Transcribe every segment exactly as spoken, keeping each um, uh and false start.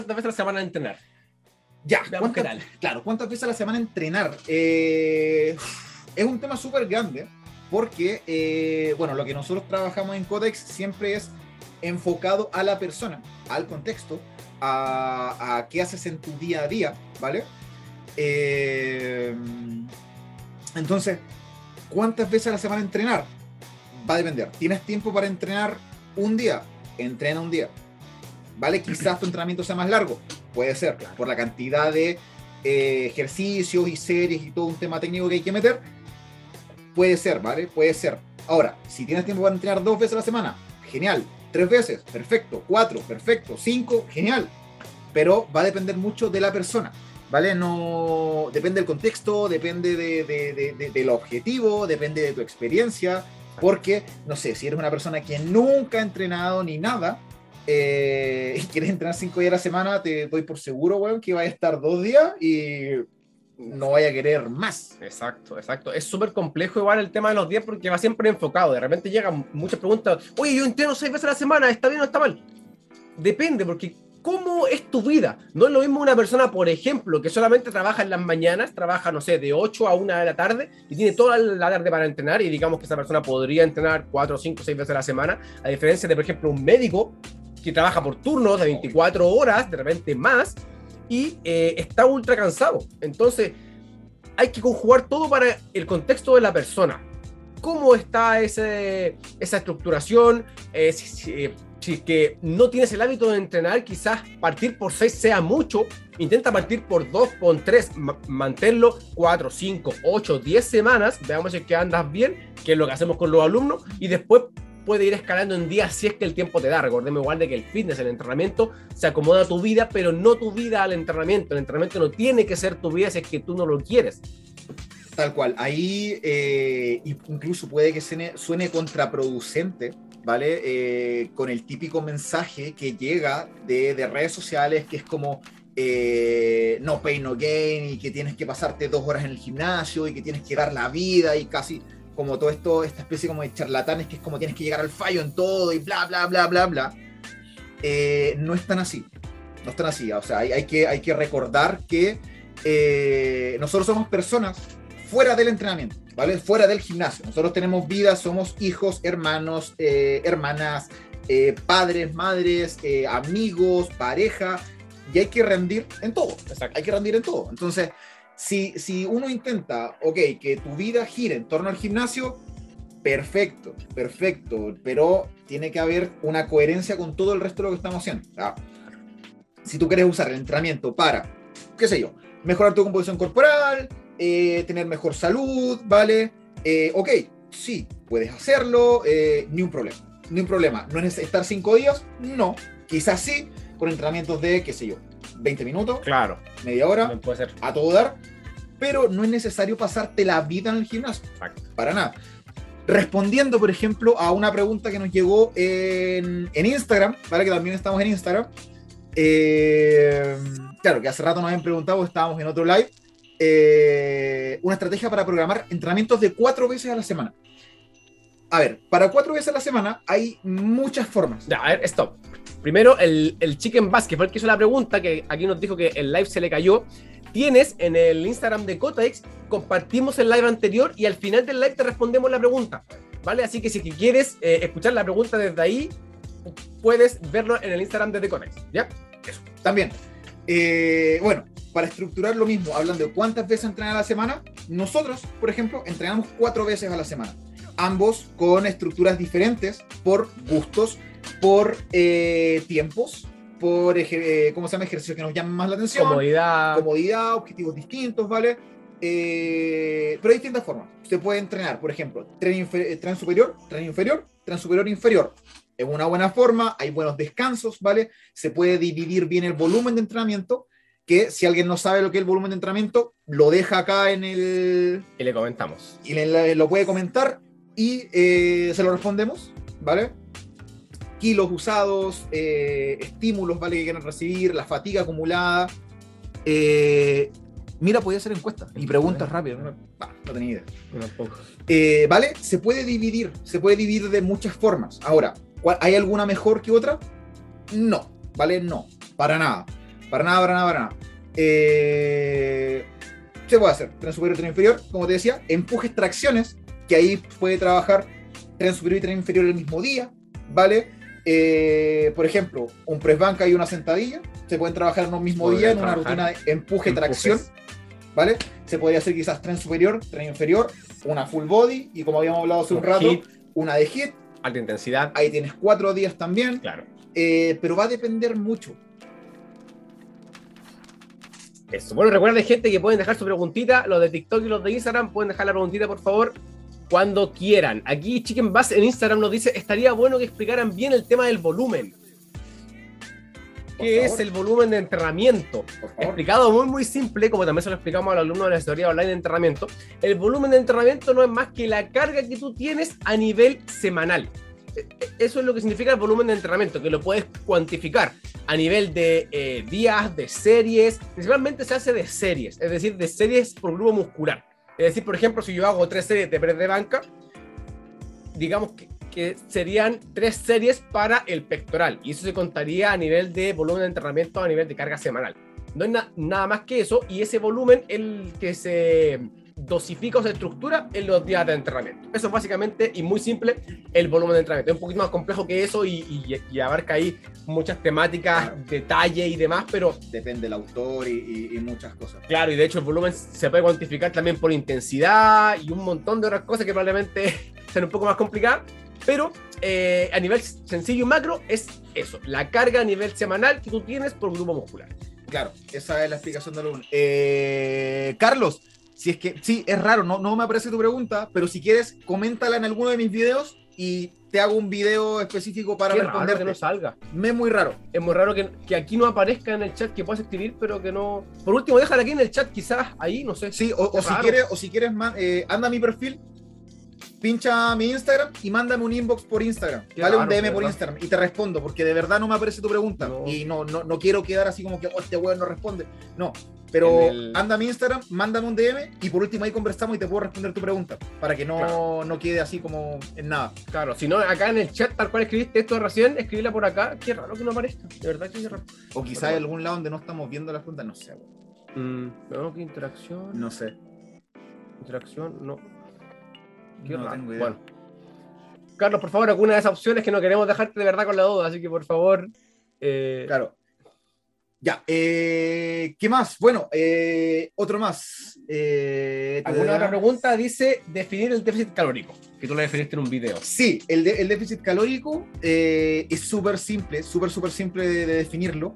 veces a la semana entrenar? Ya, Veamos qué tal. Claro, ¿cuántas veces a la semana entrenar? Eh, es un tema súper grande porque, eh, bueno, lo que nosotros trabajamos en Codex siempre es enfocado a la persona, al contexto, a, a qué haces en tu día a día, ¿vale? Eh, entonces, ¿cuántas veces a la semana entrenar? Va a depender. ¿Tienes tiempo para entrenar un día? Entrena un día. ¿Vale? Quizás tu entrenamiento sea más largo. Puede ser, por la cantidad de eh, ejercicios y series y todo un tema técnico que hay que meter. Puede ser, ¿vale? Puede ser. Ahora, si tienes tiempo para entrenar dos veces a la semana, genial. Tres veces, perfecto. Cuatro, perfecto. Cinco, genial. Pero va a depender mucho de la persona, ¿vale? No, depende del contexto, depende de, de, de, de, del objetivo, depende de tu experiencia, porque, no sé, si eres una persona que nunca ha entrenado ni nada, eh, y quieres entrenar cinco días a la semana, te doy por seguro, weón, que vaya a estar dos días y no vaya a querer más. Exacto, exacto. Es súper complejo igual el tema de los días porque va siempre enfocado. De repente llegan muchas preguntas, oye, yo entreno seis veces a la semana, ¿está bien o está mal? Depende, porque ¿cómo es tu vida? No es lo mismo una persona, por ejemplo, que solamente trabaja en las mañanas, trabaja, no sé, de ocho a una de la tarde y tiene toda la tarde para entrenar y digamos que esa persona podría entrenar cuatro, cinco, seis veces a la semana, a diferencia de, por ejemplo, un médico que trabaja por turnos de veinticuatro horas, de repente más, y eh, está ultra cansado. Entonces, hay que conjugar todo para el contexto de la persona. ¿Cómo está ese, esa estructuración? Eh, si, si, si es que no tienes el hábito de entrenar, quizás partir por seis sea mucho. Intenta partir por dos, con tres, manténlo cuatro, cinco, ocho, diez semanas. Veamos si es que andas bien, que es lo que hacemos con los alumnos, y después puede ir escalando en días si es que el tiempo te da. Recordemos igual de que el fitness, el entrenamiento, se acomoda a tu vida, pero no tu vida al entrenamiento. El entrenamiento no tiene que ser tu vida si es que tú no lo quieres. Tal cual. Ahí eh, incluso puede que suene, suene contraproducente, ¿vale? Eh, con el típico mensaje que llega de, de redes sociales, que es como eh, no pain, no gain, y que tienes que pasarte dos horas en el gimnasio, y que tienes que dar la vida, y casi como todo esto, esta especie como de charlatanes, que es como tienes que llegar al fallo en todo, y bla, bla, bla, bla, bla. Eh, no es tan así. No es tan así. O sea, hay, hay, que, hay que recordar que eh, nosotros somos personas fuera del entrenamiento, ¿vale? Fuera del gimnasio. Nosotros tenemos vida, somos hijos, hermanos, eh, hermanas, eh, padres, madres, eh, amigos, pareja, y hay que rendir en todo. Exacto. Hay que rendir en todo. Entonces, si, si uno intenta, ok, que tu vida gire en torno al gimnasio, perfecto, perfecto, pero tiene que haber una coherencia con todo el resto de lo que estamos haciendo. ¿Ah? Si tú quieres usar el entrenamiento para, qué sé yo, mejorar tu composición corporal, Eh, tener mejor salud, ¿vale? Eh, ok, sí, puedes hacerlo, eh, ni un problema, ni un problema. ¿No es estar cinco días? No, quizás sí, con entrenamientos de, qué sé yo, veinte minutos, claro, media hora, puede ser. A todo dar, pero no es necesario pasarte la vida en el gimnasio, exacto, para nada. Respondiendo, por ejemplo, a una pregunta que nos llegó en, en Instagram, ¿vale? Que también estamos en Instagram. Eh, claro, que hace rato nos habían preguntado, estábamos en otro live. Eh, una estrategia para programar entrenamientos de cuatro veces a la semana. A ver, para cuatro veces a la semana hay muchas formas. Ya, a ver, stop. Primero, el, el Chicken Basket fue el que hizo la pregunta, que aquí nos dijo que el live se le cayó. Tienes en el Instagram de Codex, compartimos el live anterior y al final del live te respondemos la pregunta, ¿vale? Así que si quieres eh, escuchar la pregunta desde ahí, puedes verlo en el Instagram de Codex, ¿ya? Eso, también. Eh, bueno, para estructurar lo mismo, hablando de cuántas veces entrenar a la semana, nosotros, por ejemplo, entrenamos cuatro veces a la semana, ambos con estructuras diferentes por gustos, por eh, tiempos, por eh, ¿cómo se llama? Ejercicios que nos llaman más la atención, comodidad, comodidad, objetivos distintos, ¿vale? Eh, pero hay distintas formas. Se puede entrenar, por ejemplo, tren, tren superior, tren inferior, tren superior, inferior. Es una buena forma, hay buenos descansos, ¿vale? Se puede dividir bien el volumen de entrenamiento, que si alguien no sabe lo que es el volumen de entrenamiento, lo deja acá en el... y le comentamos. Y le, lo puede comentar y eh, se lo respondemos, ¿vale? Kilos usados, eh, estímulos, ¿vale? Que quieren recibir, la fatiga acumulada. Eh, mira, podía hacer encuestas y preguntas rápidas. No, no, no tenía idea. No, eh, ¿Vale? Se puede dividir, se puede dividir de muchas formas. Ahora, ¿hay alguna mejor que otra? No, ¿vale? No, para nada. Para nada, para nada, para nada. Eh, se puede hacer tren superior, tren inferior, como te decía, empujes, tracciones, que ahí puede trabajar tren superior y tren inferior el mismo día, ¿vale? Eh, por ejemplo, un press banca y una sentadilla se pueden trabajar en un mismo Podría día en una rutina de empuje, tracción, ¿vale? Se podría hacer quizás tren superior, tren inferior, una full body y como habíamos hablado hace un, un rato, hit, una de hit, alta intensidad. Ahí tienes cuatro días también, claro. Eh, pero va a depender mucho. Eso. Bueno, recuerden, gente, que pueden dejar su preguntita. Los de TikTok y los de Instagram pueden dejar la preguntita, por favor, cuando quieran. Aquí Chicken Bass en Instagram nos dice: estaría bueno que explicaran bien el tema del volumen. ¿Qué es el volumen de entrenamiento? Explicado muy muy simple, como también se lo explicamos a los alumnos de la asesoría online de entrenamiento. El volumen de entrenamiento no es más que la carga que tú tienes a nivel semanal. Eso es lo que significa el volumen de entrenamiento, que lo puedes cuantificar a nivel de eh, días, de series. Principalmente se hace de series, es decir, de series por grupo muscular. Es decir, por ejemplo, si yo hago tres series de press de banca, digamos que, que serían tres series para el pectoral, y eso se contaría a nivel de volumen de entrenamiento, a nivel de carga semanal. No es na nada más que eso, y ese volumen es el que se dosifica o se estructura en los días de entrenamiento. Eso es básicamente, y muy simple, el volumen de entrenamiento. Es un poquito más complejo que eso y, y, y abarca ahí muchas temáticas, claro, detalle y demás, pero depende del autor y, y, y muchas cosas. Claro, y de hecho el volumen se puede cuantificar también por intensidad y un montón de otras cosas que probablemente sean un poco más complicadas, pero eh, a nivel sencillo y macro es eso, la carga a nivel semanal que tú tienes por grupo muscular. Claro, esa es la explicación de alumno. Eh, Carlos, si es que, sí, es raro, no, no me aparece tu pregunta, pero si quieres, coméntala en alguno de mis videos y te hago un video específico para responder. Que no salga. Me es muy raro. Es muy raro que, que aquí no aparezca en el chat, que puedas escribir, pero que no. Por último, déjala aquí en el chat, quizás ahí, no sé. Sí, o, o si quieres, o si quieres, eh, anda a mi perfil, pincha mi Instagram y mándame un inbox por Instagram, Qué ¿vale? Raro, un D M por Instagram y te respondo, porque de verdad no me aparece tu pregunta. No. Y no, no, no quiero quedar así como que, oh, este weón no responde. No, pero el... anda a mi Instagram, mándame un D M y por último ahí conversamos y te puedo responder tu pregunta, para que no, claro, no quede así como en nada. Claro, si no, acá en el chat, tal cual escribiste esto recién, escribila por acá. Qué raro que no aparezca, de verdad que es raro. O quizás hay algún lado donde no estamos viendo las preguntas, no sé. Mm, no, ¿qué interacción? No sé. Interacción, no. Qué no raro. Tengo idea. Bueno. Carlos, por favor, alguna de esas opciones, que no queremos dejarte de verdad con la duda, así que por favor. Eh... Claro. Ya, eh, ¿qué más? Bueno, eh, otro más. Eh, ¿Alguna otra pregunta? Dice definir el déficit calórico, que tú lo definiste en un video. Sí, el, de, el déficit calórico eh, es súper simple, súper, súper simple de, de definirlo.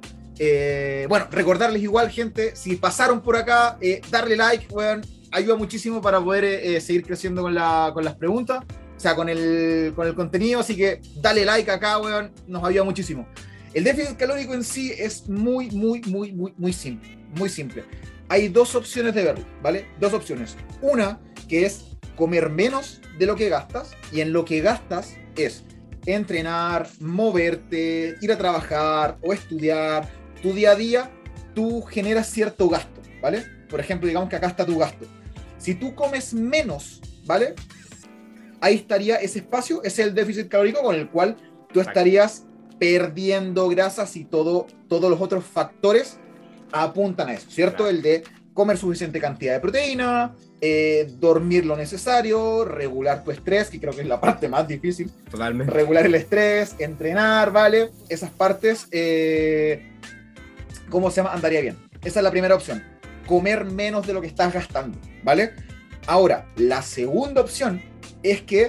Eh, bueno, recordarles igual, gente, si pasaron por acá, eh, darle like, bueno, ayuda muchísimo para poder eh, seguir creciendo con, la, con las preguntas, o sea, con el, con el contenido, así que dale like acá, weón, nos ayuda muchísimo. El déficit calórico en sí es muy, muy, muy, muy, muy simple, muy simple. Hay dos opciones de verlo, ¿vale? Dos opciones. Una, que es comer menos de lo que gastas, y en lo que gastas es entrenar, moverte, ir a trabajar o estudiar. Tu día a día, tú generas cierto gasto, ¿vale? Por ejemplo, digamos que acá está tu gasto. Si tú comes menos, ¿vale? Ahí estaría ese espacio, ese es el déficit calórico con el cual tú estarías perdiendo grasas y todo, todos los otros factores apuntan a eso, ¿cierto? Claro. El de comer suficiente cantidad de proteína, eh, dormir lo necesario, regular tu estrés, que creo que es la parte más difícil. Totalmente. Regular el estrés, entrenar, ¿vale? Esas partes, eh, ¿cómo se llama? Andaría bien. Esa es la primera opción. Comer menos de lo que estás gastando, ¿vale? Ahora, la segunda opción es que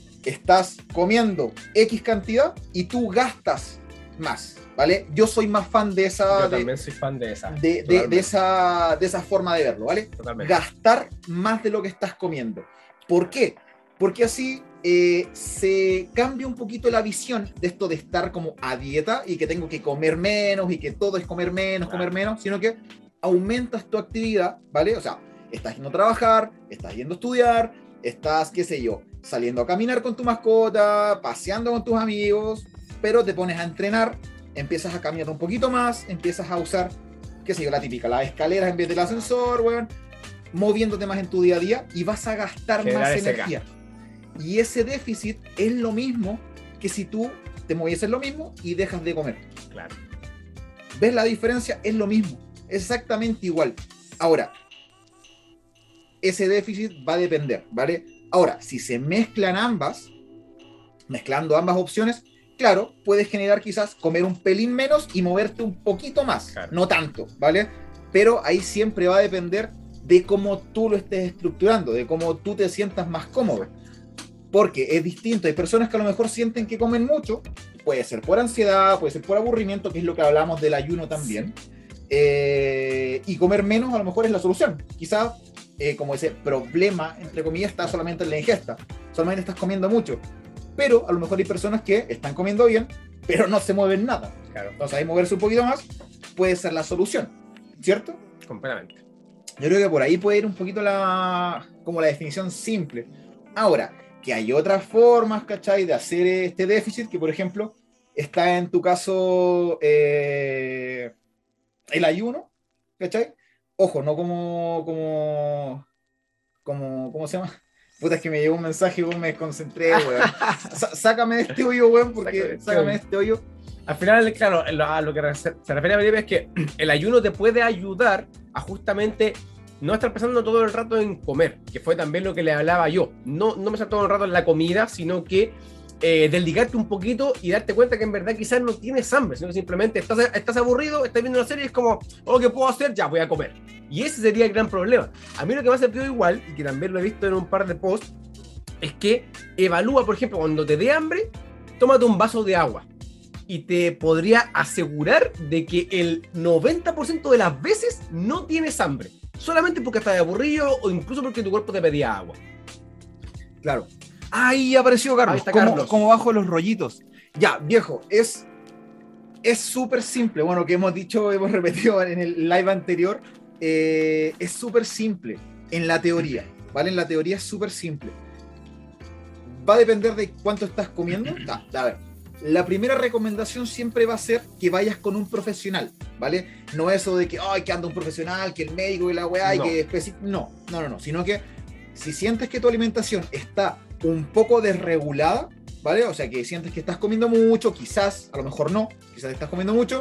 estás comiendo X cantidad y tú gastas más, ¿vale? Yo soy más fan de esa... Yo de, también soy fan de esa. De, de, de, esa, de esa forma de verlo, ¿vale? Totalmente. Gastar más de lo que estás comiendo. ¿Por qué? Porque así eh, se cambia un poquito la visión de esto de estar como a dieta y que tengo que comer menos y que todo es comer menos, claro, comer menos, sino que aumentas tu actividad, ¿vale? O sea, estás yendo a trabajar, estás yendo a estudiar, estás, qué sé yo, saliendo a caminar con tu mascota, paseando con tus amigos, pero te pones a entrenar, empiezas a caminar un poquito más, empiezas a usar, qué sé yo, la típica, las escaleras en vez del ascensor, weón, moviéndote más en tu día a día y vas a gastar Generar más ese energía. gasto. Y ese déficit es lo mismo que si tú te movieses lo mismo y dejas de comer. Claro. ¿Ves la diferencia? Es lo mismo, exactamente igual. Ahora, ese déficit va a depender, ¿vale? Ahora, si se mezclan ambas, mezclando ambas opciones, claro, puedes generar quizás comer un pelín menos y moverte un poquito más, claro. No tanto, ¿vale? Pero ahí siempre va a depender de cómo tú lo estés estructurando, de cómo tú te sientas más cómodo. Porque es distinto, hay personas que a lo mejor sienten que comen mucho, puede ser por ansiedad, puede ser por aburrimiento, que es lo que hablamos del ayuno también, eh, y comer menos a lo mejor es la solución. Quizá, eh, como ese problema, entre comillas, está solamente en la ingesta, solamente estás comiendo mucho, pero a lo mejor hay personas que están comiendo bien, pero no se mueven nada. Claro. Entonces ahí moverse un poquito más puede ser la solución, ¿cierto? Completamente. Yo creo que por ahí puede ir un poquito la, como la definición simple. Ahora, que hay otras formas, ¿cachai?, de hacer este déficit, que por ejemplo está en tu caso eh, el ayuno, ¿cachai? Ojo, no como, como, como, ¿cómo se llama? Puta, es que me llegó un mensaje y me desconcentré, weón. Sácame de este hoyo, weón, porque sácame de este hoyo. Al final, claro, a lo que se refiere a Felipe es que el ayuno te puede ayudar a justamente no estar pensando todo el rato en comer, que fue también lo que le hablaba yo. No, no pensar todo el rato en la comida, sino que eh, dedicarte un poquito y darte cuenta que en verdad quizás no tienes hambre, sino que simplemente estás, estás aburrido, estás viendo una serie y es como, oh, ¿qué puedo hacer? Ya, voy a comer. Y ese sería el gran problema. A mí lo que me ha servido igual, y que también lo he visto en un par de posts, es que evalúa, por ejemplo, cuando te dé hambre, tómate un vaso de agua. Y te podría asegurar de que el noventa por ciento de las veces no tienes hambre. Solamente porque estás aburrido o incluso porque tu cuerpo te pedía agua. Claro. Ahí apareció Carlos. Ahí está como, Carlos. Como bajo los rollitos. Ya, viejo, es es súper simple. Bueno, que hemos dicho, hemos repetido en el live anterior, eh, es súper simple en la teoría, ¿vale? En la teoría es súper simple. Va a depender de cuánto estás comiendo. Ah, a ver, la primera recomendación siempre va a ser que vayas con un profesional, ¿vale? No eso de que, ay, que anda un profesional, que el médico y la weá, no. y que especi- no, no, no, no, sino que si sientes que tu alimentación está un poco desregulada, ¿vale? O sea, que sientes que estás comiendo mucho, quizás, a lo mejor no, quizás estás comiendo mucho,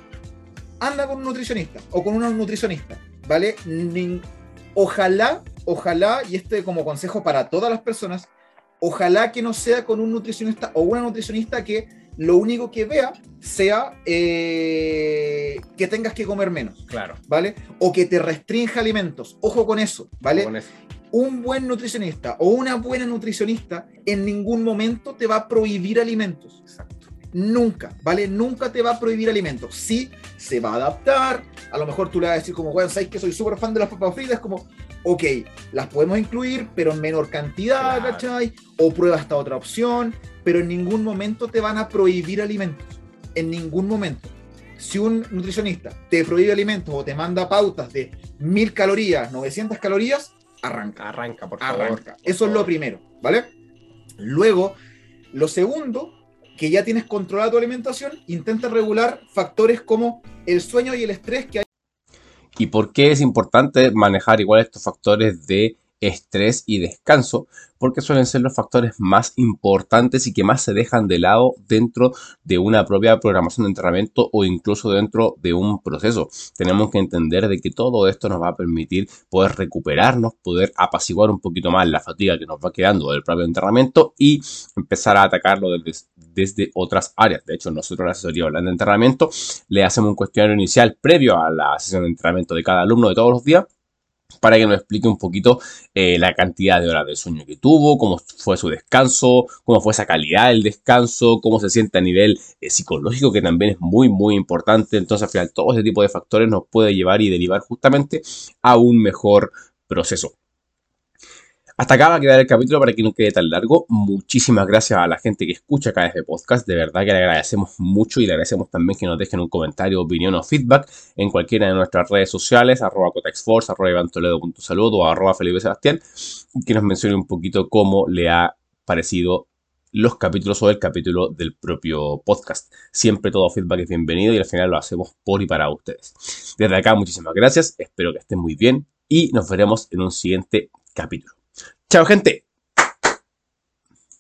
anda con un nutricionista o con una nutricionista, ¿vale? Ni, ojalá, ojalá, y este como consejo para todas las personas, ojalá que no sea con un nutricionista o una nutricionista que lo único que vea sea eh, que tengas que comer menos. Claro. ¿Vale? O que te restrinja alimentos. Ojo con eso, ¿vale? Ojo con eso. Un buen nutricionista o una buena nutricionista en ningún momento te va a prohibir alimentos. Exacto. Nunca, ¿vale? Nunca te va a prohibir alimentos. Sí, se va a adaptar. A lo mejor tú le vas a decir como, bueno, ¿sabes que soy súper fan de las papas fritas? Como, ok, las podemos incluir, pero en menor cantidad, claro. ¿Cachai? O prueba esta otra opción, pero en ningún momento te van a prohibir alimentos. En ningún momento. Si un nutricionista te prohíbe alimentos o te manda pautas de mil calorías, novecientas calorías, arranca. Arranca, por favor. Arranca. Por Eso favor. es lo primero, ¿vale? Luego, lo segundo, que ya tienes controlada tu alimentación, intenta regular factores como el sueño y el estrés que hay. ¿Y por qué es importante manejar igual estos factores de estrés y descanso? Porque suelen ser los factores más importantes y que más se dejan de lado dentro de una propia programación de entrenamiento o incluso dentro de un proceso. Tenemos que entender de que todo esto nos va a permitir poder recuperarnos, poder apaciguar un poquito más la fatiga que nos va quedando del propio entrenamiento y empezar a atacarlo desde, desde otras áreas. De hecho, nosotros en la asesoría hablando de entrenamiento le hacemos un cuestionario inicial previo a la sesión de entrenamiento de cada alumno de todos los días, para que nos explique un poquito eh, la cantidad de horas de sueño que tuvo, cómo fue su descanso, cómo fue esa calidad del descanso, cómo se siente a nivel eh, psicológico, que también es muy, muy importante. Entonces, al final, todo ese tipo de factores nos puede llevar y derivar justamente a un mejor proceso. Hasta acá va a quedar el capítulo para que no quede tan largo. Muchísimas gracias a la gente que escucha K F Podcast. De verdad que le agradecemos mucho y le agradecemos también que nos dejen un comentario, opinión o feedback en cualquiera de nuestras redes sociales, arroba cotexforce, arroba ivantoledo.salud o arroba Felipe Sebastián, y que nos mencione un poquito cómo le ha parecido los capítulos o el capítulo del propio podcast. Siempre todo feedback es bienvenido y al final lo hacemos por y para ustedes. Desde acá, muchísimas gracias. Espero que estén muy bien y nos veremos en un siguiente capítulo. ¡Chao, gente!